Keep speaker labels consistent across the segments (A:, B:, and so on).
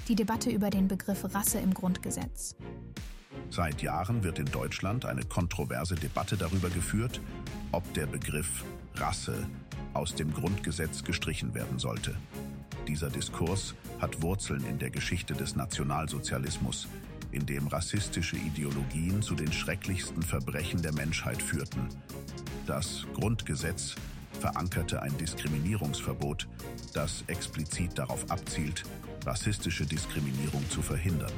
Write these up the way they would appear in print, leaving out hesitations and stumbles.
A: Die Debatte über den Begriff Rasse im Grundgesetz.
B: Seit Jahren wird in Deutschland eine kontroverse Debatte darüber geführt, ob der Begriff Rasse aus dem Grundgesetz gestrichen werden sollte. Dieser Diskurs hat Wurzeln in der Geschichte des Nationalsozialismus, in dem rassistische Ideologien zu den schrecklichsten Verbrechen der Menschheit führten. Das Grundgesetz verankerte ein Diskriminierungsverbot, das explizit darauf abzielt, rassistische Diskriminierung zu verhindern.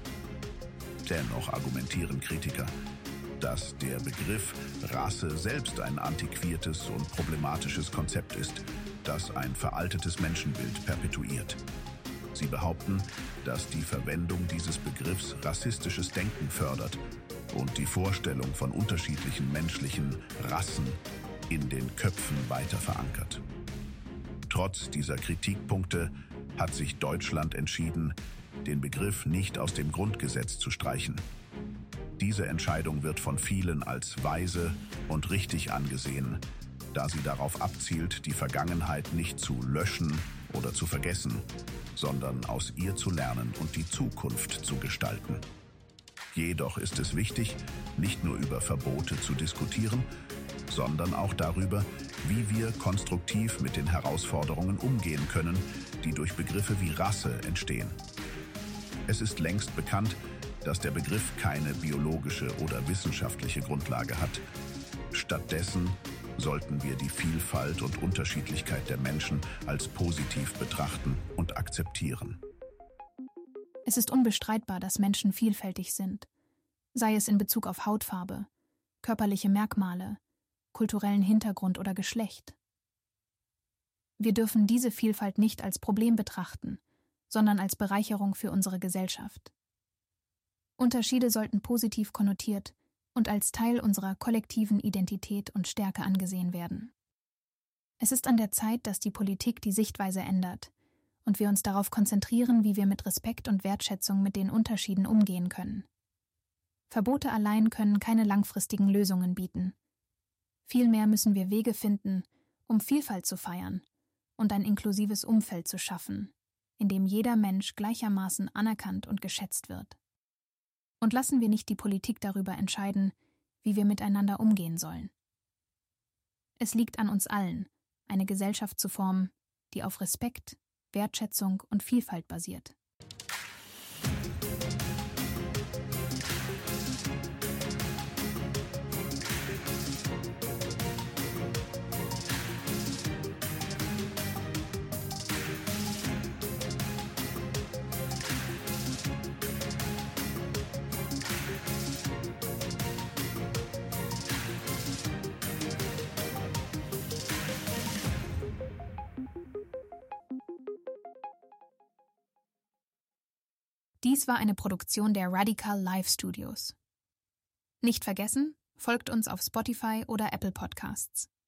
B: Dennoch argumentieren Kritiker, dass der Begriff Rasse selbst ein antiquiertes und problematisches Konzept ist, das ein veraltetes Menschenbild perpetuiert. Sie behaupten, dass die Verwendung dieses Begriffs rassistisches Denken fördert und die Vorstellung von unterschiedlichen menschlichen Rassen in den Köpfen weiter verankert. Trotz dieser Kritikpunkte hat sich Deutschland entschieden, den Begriff nicht aus dem Grundgesetz zu streichen. Diese Entscheidung wird von vielen als weise und richtig angesehen, da sie darauf abzielt, die Vergangenheit nicht zu löschen oder zu vergessen, sondern aus ihr zu lernen und die Zukunft zu gestalten. Jedoch ist es wichtig, nicht nur über Verbote zu diskutieren, sondern auch darüber, wie wir konstruktiv mit den Herausforderungen umgehen können, die durch Begriffe wie Rasse entstehen. Es ist längst bekannt, dass der Begriff keine biologische oder wissenschaftliche Grundlage hat. Stattdessen sollten wir die Vielfalt und Unterschiedlichkeit der Menschen als positiv betrachten und akzeptieren.
A: Es ist unbestreitbar, dass Menschen vielfältig sind, sei es in Bezug auf Hautfarbe, körperliche Merkmale, kulturellen Hintergrund oder Geschlecht. Wir dürfen diese Vielfalt nicht als Problem betrachten, sondern als Bereicherung für unsere Gesellschaft. Unterschiede sollten positiv konnotiert und als Teil unserer kollektiven Identität und Stärke angesehen werden. Es ist an der Zeit, dass die Politik die Sichtweise ändert und wir uns darauf konzentrieren, wie wir mit Respekt und Wertschätzung mit den Unterschieden umgehen können. Verbote allein können keine langfristigen Lösungen bieten. Vielmehr müssen wir Wege finden, um Vielfalt zu feiern und ein inklusives Umfeld zu schaffen, in dem jeder Mensch gleichermaßen anerkannt und geschätzt wird. Und lassen wir nicht die Politik darüber entscheiden, wie wir miteinander umgehen sollen. Es liegt an uns allen, eine Gesellschaft zu formen, die auf Respekt, Wertschätzung und Vielfalt basiert. Dies war eine Produktion der Radical Live Studios. Nicht vergessen, folgt uns auf Spotify oder Apple Podcasts.